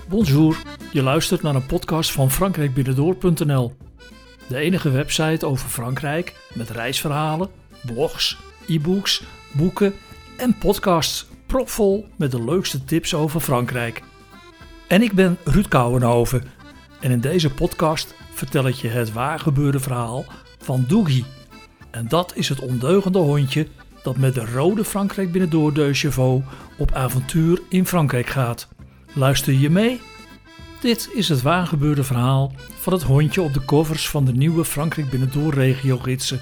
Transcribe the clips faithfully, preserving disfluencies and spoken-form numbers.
Bonjour, je luistert naar een podcast van frankrijk binnendoor punt n l. De enige website over Frankrijk met reisverhalen, blogs, e-books, boeken en podcasts propvol met de leukste tips over Frankrijk. En ik ben Ruud Kouwenhoven en in deze podcast vertel ik je het waargebeurde verhaal van Dougie. En dat is het ondeugende hondje dat met de rode Frankrijk binnendoor deux chevaux op avontuur in Frankrijk gaat. Luister je mee? Dit is het waargebeurde verhaal van het hondje op de covers van de nieuwe Frankrijk binnendoor regiogidsen.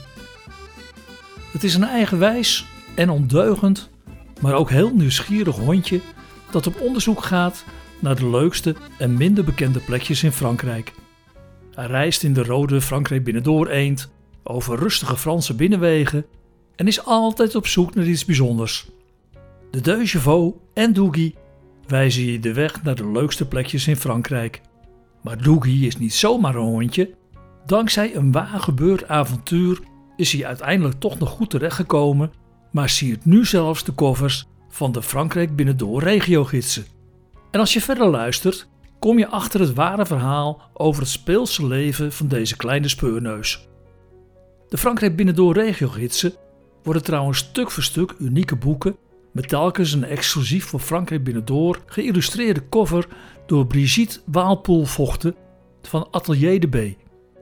Het is een eigenwijs en ondeugend, maar ook heel nieuwsgierig hondje dat op onderzoek gaat naar de leukste en minder bekende plekjes in Frankrijk. Hij reist in de rode Frankrijk binnendoor eend over rustige Franse binnenwegen en is altijd op zoek naar iets bijzonders. De deux chevaux en Dougie wijzen je de weg naar de leukste plekjes in Frankrijk. Maar Dougie is niet zomaar een hondje. Dankzij een waargebeurd avontuur is hij uiteindelijk toch nog goed terechtgekomen, maar siert nu zelfs de covers van de Frankrijk binnendoor regiogidsen. En als je verder luistert, kom je achter het ware verhaal over het speelse leven van deze kleine speurneus. De Frankrijk binnendoor regiogidsen worden trouwens stuk voor stuk unieke boeken met telkens een exclusief voor Frankrijk binnendoor geïllustreerde cover door Brigitte Waalpoel-Vochten van Atelier de B.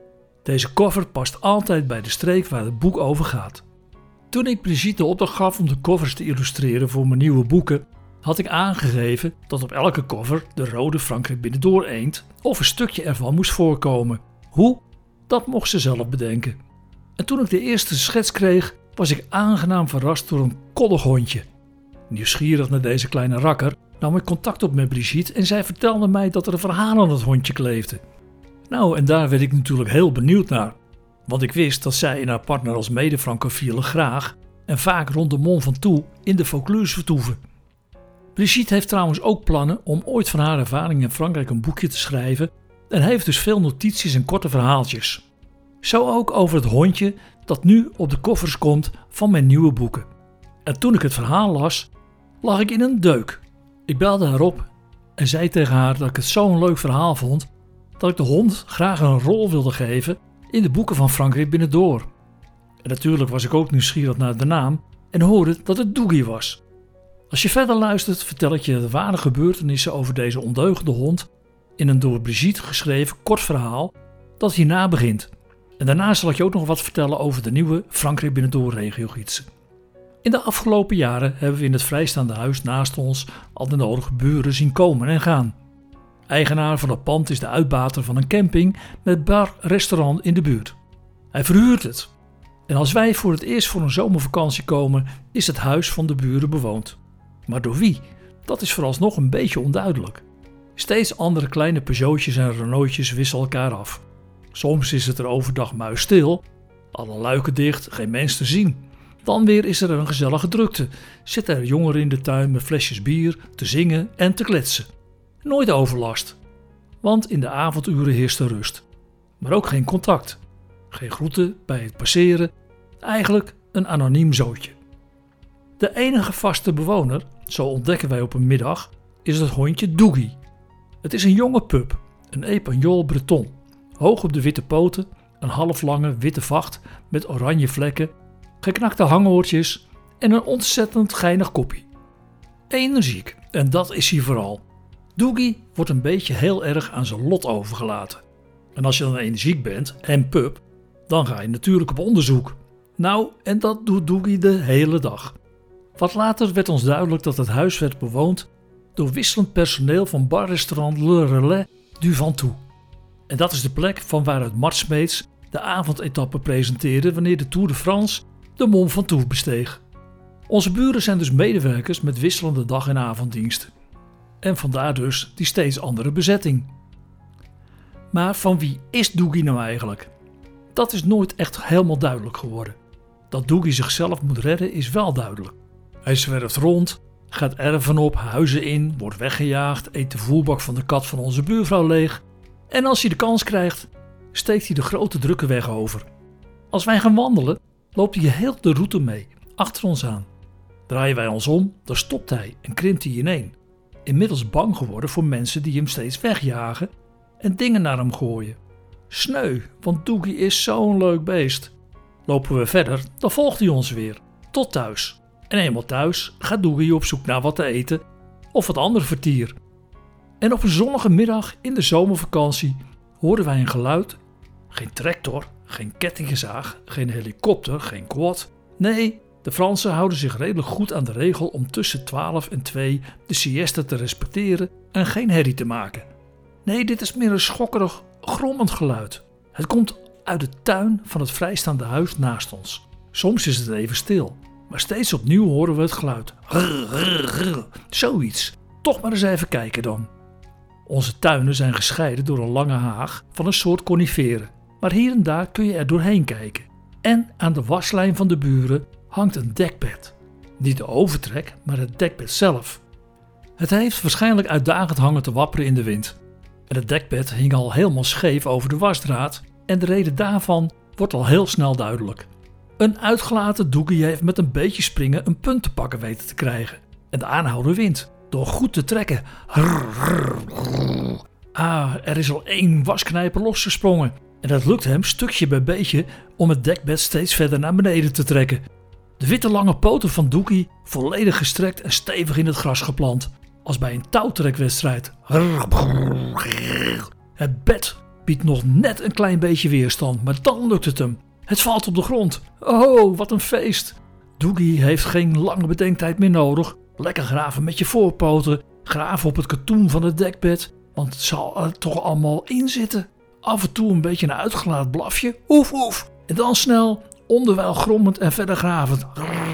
Deze cover past altijd bij de streek waar het boek over gaat. Toen ik Brigitte de opdracht gaf om de covers te illustreren voor mijn nieuwe boeken, had ik aangegeven dat op elke cover de rode Frankrijk binnendoor eend of een stukje ervan moest voorkomen. Hoe? Dat mocht ze zelf bedenken. En toen ik de eerste schets kreeg, was ik aangenaam verrast door een koddig hondje. Nieuwsgierig naar deze kleine rakker nam ik contact op met Brigitte en zij vertelde mij dat er een verhaal aan het hondje kleefde. Nou, en daar werd ik natuurlijk heel benieuwd naar, want ik wist dat zij en haar partner als mede-francofielen graag en vaak rond de Mont Ventoux in de Vaucluse vertoeven. Brigitte heeft trouwens ook plannen om ooit van haar ervaring in Frankrijk een boekje te schrijven en heeft dus veel notities en korte verhaaltjes. Zo ook over het hondje dat nu op de covers komt van mijn nieuwe boeken. En toen ik het verhaal las, lag ik in een deuk. Ik belde haar op en zei tegen haar dat ik het zo'n leuk verhaal vond dat ik de hond graag een rol wilde geven in de boeken van Frankrijk binnendoor. En natuurlijk was ik ook nieuwsgierig naar de naam en hoorde dat het Dougie was. Als je verder luistert, vertel ik je de ware gebeurtenissen over deze ondeugende hond in een door Brigitte geschreven kort verhaal dat hierna begint. En daarna zal ik je ook nog wat vertellen over de nieuwe Frankrijk binnendoor regiogidsen. In de afgelopen jaren hebben we in het vrijstaande huis naast ons al de nodige buren zien komen en gaan. Eigenaar van het pand is de uitbater van een camping met bar-restaurant in de buurt. Hij verhuurt het. En als wij voor het eerst voor een zomervakantie komen, is het huis van de buren bewoond. Maar door wie? Dat is vooralsnog een beetje onduidelijk. Steeds andere kleine Peugeotjes en Renaultjes wisselen elkaar af. Soms is het er overdag muisstil, alle luiken dicht, geen mens te zien. Dan weer is er een gezellige drukte. Zitten er jongeren in de tuin met flesjes bier te zingen en te kletsen. Nooit overlast, want in de avonduren heerst er rust. Maar ook geen contact. Geen groeten bij het passeren. Eigenlijk een anoniem zootje. De enige vaste bewoner, zo ontdekken wij op een middag, is het hondje Dougie. Het is een jonge pup, een Espagnol Breton. Hoog op de witte poten, een halflange witte vacht met oranje vlekken, geknakte hangoortjes en een ontzettend geinig koppie. Energiek, en dat is hij vooral. Dougie wordt een beetje heel erg aan zijn lot overgelaten. En als je dan energiek bent en pup, dan ga je natuurlijk op onderzoek. Nou, en dat doet Dougie de hele dag. Wat later werd ons duidelijk dat het huis werd bewoond door wisselend personeel van barrestaurant Le Relais du Ventoux. En dat is de plek van waaruit Mart Smeets de avondetappe presenteerde wanneer de Tour de France de Mont Ventoux besteeg. Onze buren zijn dus medewerkers met wisselende dag- en avonddiensten. En vandaar dus die steeds andere bezetting. Maar van wie is Dougie nou eigenlijk? Dat is nooit echt helemaal duidelijk geworden. Dat Dougie zichzelf moet redden is wel duidelijk. Hij zwerft rond, gaat erven op, huizen in, wordt weggejaagd, eet de voerbak van de kat van onze buurvrouw leeg. En als hij de kans krijgt, steekt hij de grote drukke weg over. Als wij gaan wandelen, loopt hij heel de route mee, achter ons aan. Draaien wij ons om, dan stopt hij en krimpt hij ineen. inmiddels bang geworden voor mensen die hem steeds wegjagen en dingen naar hem gooien. Sneu, want Doegie is zo'n leuk beest. Lopen we verder, dan volgt hij ons weer, tot thuis. En eenmaal thuis gaat Doegie op zoek naar wat te eten of wat ander vertier. En op een zonnige middag in de zomervakantie hoorden wij een geluid. Geen tractor, geen kettingzaag, geen helikopter, geen quad. Nee, de Fransen houden zich redelijk goed aan de regel om tussen twaalf en twee de siesta te respecteren en geen herrie te maken. Nee, dit is meer een schokkerig, grommend geluid. Het komt uit de tuin van het vrijstaande huis naast ons. Soms is het even stil, maar steeds opnieuw horen we het geluid. Rrr, rrr, rrr. Zoiets. Toch maar eens even kijken dan. Onze tuinen zijn gescheiden door een lange haag van een soort coniferen. Maar hier en daar kun je er doorheen kijken. En aan de waslijn van de buren hangt een dekbed. Niet de overtrek, maar het dekbed zelf. Het heeft waarschijnlijk uitdagend hangen te wapperen in de wind. En het dekbed hing al helemaal scheef over de wasdraad en de reden daarvan wordt al heel snel duidelijk. Een uitgelaten Doegie heeft met een beetje springen een punt te pakken weten te krijgen. En de aanhouden wint, door goed te trekken. Ah, er is al één wasknijper losgesprongen. En het lukt hem stukje bij beetje om het dekbed steeds verder naar beneden te trekken. De witte lange poten van Doegie volledig gestrekt en stevig in het gras geplant. Als bij een touwtrekwedstrijd. Het bed biedt nog net een klein beetje weerstand, maar dan lukt het hem. Het valt op de grond. Oh, wat een feest. Doegie heeft geen lange bedenktijd meer nodig. Lekker graven met je voorpoten. Graven op het katoen van het dekbed. Want het zal er toch allemaal in zitten. Af en toe een beetje een uitgelaten blafje. Oef, oef. En dan snel, onderwijl grommend en verder gravend.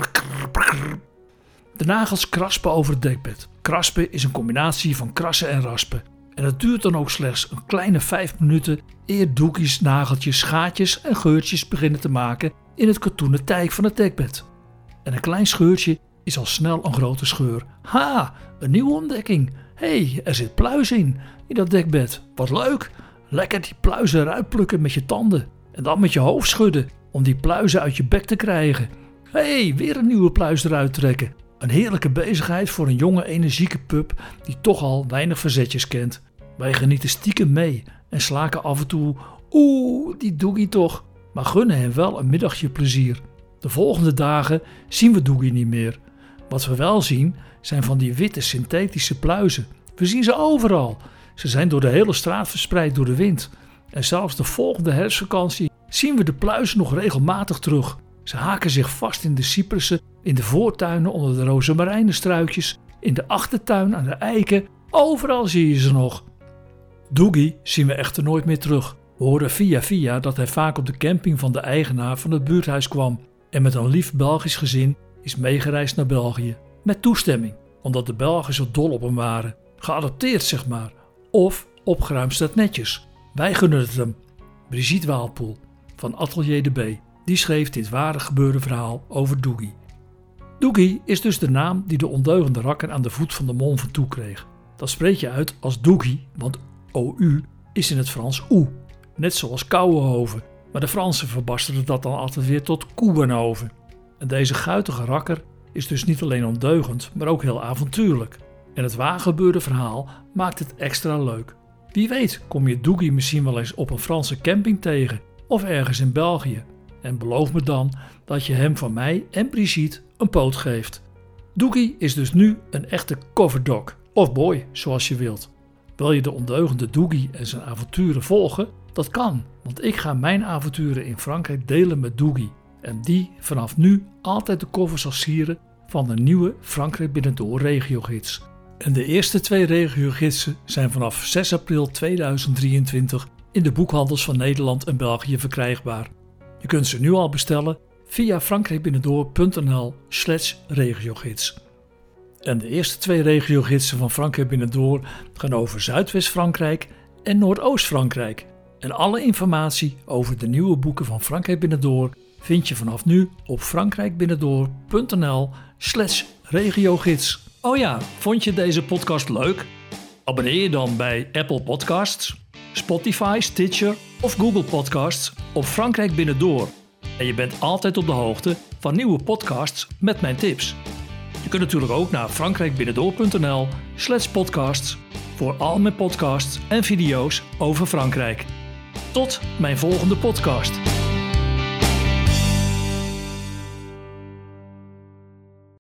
De nagels kraspen over het dekbed. Kraspen is een combinatie van krassen en raspen. En het duurt dan ook slechts een kleine vijf minuten eer Doegie's nageltjes gaatjes en geurtjes beginnen te maken in het katoenen tijk van het dekbed. En een klein scheurtje is al snel een grote scheur. Ha, een nieuwe ontdekking. Hé, hey, er zit pluis in, in dat dekbed. Wat leuk. Lekker die pluizen eruit plukken met je tanden. En dan met je hoofd schudden om die pluizen uit je bek te krijgen. Hé, hey, weer een nieuwe pluis eruit trekken. Een heerlijke bezigheid voor een jonge energieke pup die toch al weinig verzetjes kent. Wij genieten stiekem mee en slaken af en toe, oeh, die Doegie toch, maar gunnen hem wel een middagje plezier. De volgende dagen zien we Doegie niet meer. Wat we wel zien zijn van die witte synthetische pluizen. We zien ze overal. Ze zijn door de hele straat verspreid door de wind. En zelfs de volgende herfstvakantie zien we de pluizen nog regelmatig terug. Ze haken zich vast in de cypressen, in de voortuinen onder de rozemarijnenstruikjes, in de achtertuin aan de eiken. Overal zie je ze nog. Doegie zien we echter nooit meer terug. We horen via via dat hij vaak op de camping van de eigenaar van het buurthuis kwam en met een lief Belgisch gezin is meegereisd naar België. Met toestemming, omdat de Belgen zo dol op hem waren. Geadopteerd zeg maar. Of opgeruimd staat netjes. Wij gunnen het hem. Brigitte Waalpoel van Atelier de B. Die schreef dit ware gebeurde verhaal over Doegie. Doegie is dus de naam die de ondeugende rakker aan de voet van de Mont Ventoux kreeg. Dat spreek je uit als Doegie, want O U is in het Frans oe. Net zoals Kouwenhoven. Maar de Fransen verbasterden dat dan altijd weer tot Koewenhoven. En deze guitige rakker is dus niet alleen ondeugend, maar ook heel avontuurlijk. En het waargebeurde verhaal maakt het extra leuk. Wie weet kom je Doegie misschien wel eens op een Franse camping tegen of ergens in België. En beloof me dan dat je hem van mij en Brigitte een poot geeft. Doegie is dus nu een echte coverdog, of boy, zoals je wilt. Wil je de ondeugende Doegie en zijn avonturen volgen? Dat kan, want ik ga mijn avonturen in Frankrijk delen met Doegie. En die vanaf nu altijd de cover zal sieren van de nieuwe Frankrijk Binnendoor regiogids. En de eerste twee regiogidsen zijn vanaf zes april tweeduizend drieëntwintig in de boekhandels van Nederland en België verkrijgbaar. Je kunt ze nu al bestellen via frankrijkbinnendoor.nl slash regiogids. En de eerste twee regiogidsen van Frankrijk Binnendoor gaan over Zuidwest-Frankrijk en Noordoost-Frankrijk. En alle informatie over de nieuwe boeken van Frankrijk Binnendoor vind je vanaf nu op frankrijkbinnendoor.nl slash regiogids. Oh ja, vond je deze podcast leuk? Abonneer je dan bij Apple Podcasts, Spotify, Stitcher of Google Podcasts op Frankrijk Binnendoor. En je bent altijd op de hoogte van nieuwe podcasts met mijn tips. Je kunt natuurlijk ook naar frankrijkbinnendoor.nl slash podcasts voor al mijn podcasts en video's over Frankrijk. Tot mijn volgende podcast.